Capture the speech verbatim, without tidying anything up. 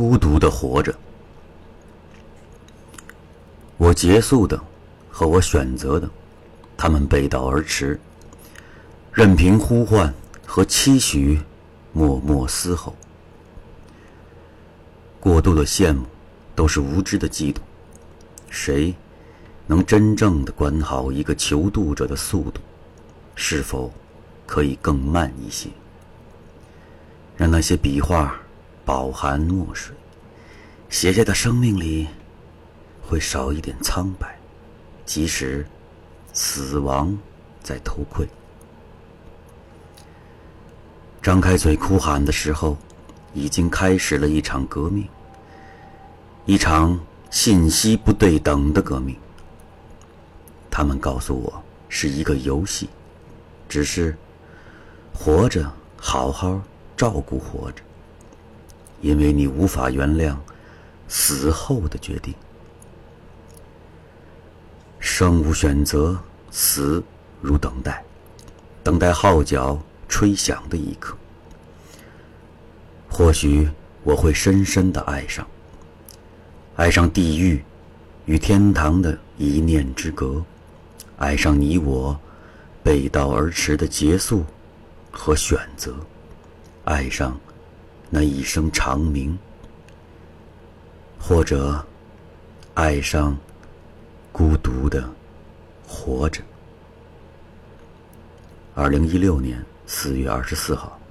孤独地活着。我结束的和我选择的，他们背道而驰，任凭呼唤和期许默默嘶吼。过度的羡慕都是无知的嫉妒。谁能真正的管好一个求渡者的速度？是否可以更慢一些？让那些笔画饱含墨水，写下的生命里会少一点苍白，即使死亡在偷窥。张开嘴哭喊的时候，已经开始了一场革命，一场信息不对等的革命。他们告诉我是一个游戏，只是活着好好照顾活着，因为你无法原谅死后的决定。生无选择，死如等待，等待号角吹响的一刻。或许我会深深地爱上，爱上地狱与天堂的一念之隔，爱上你我背道而驰的结束和选择，爱上那一声长鸣，或者爱上孤独的活着。二零一六年四月二十四号。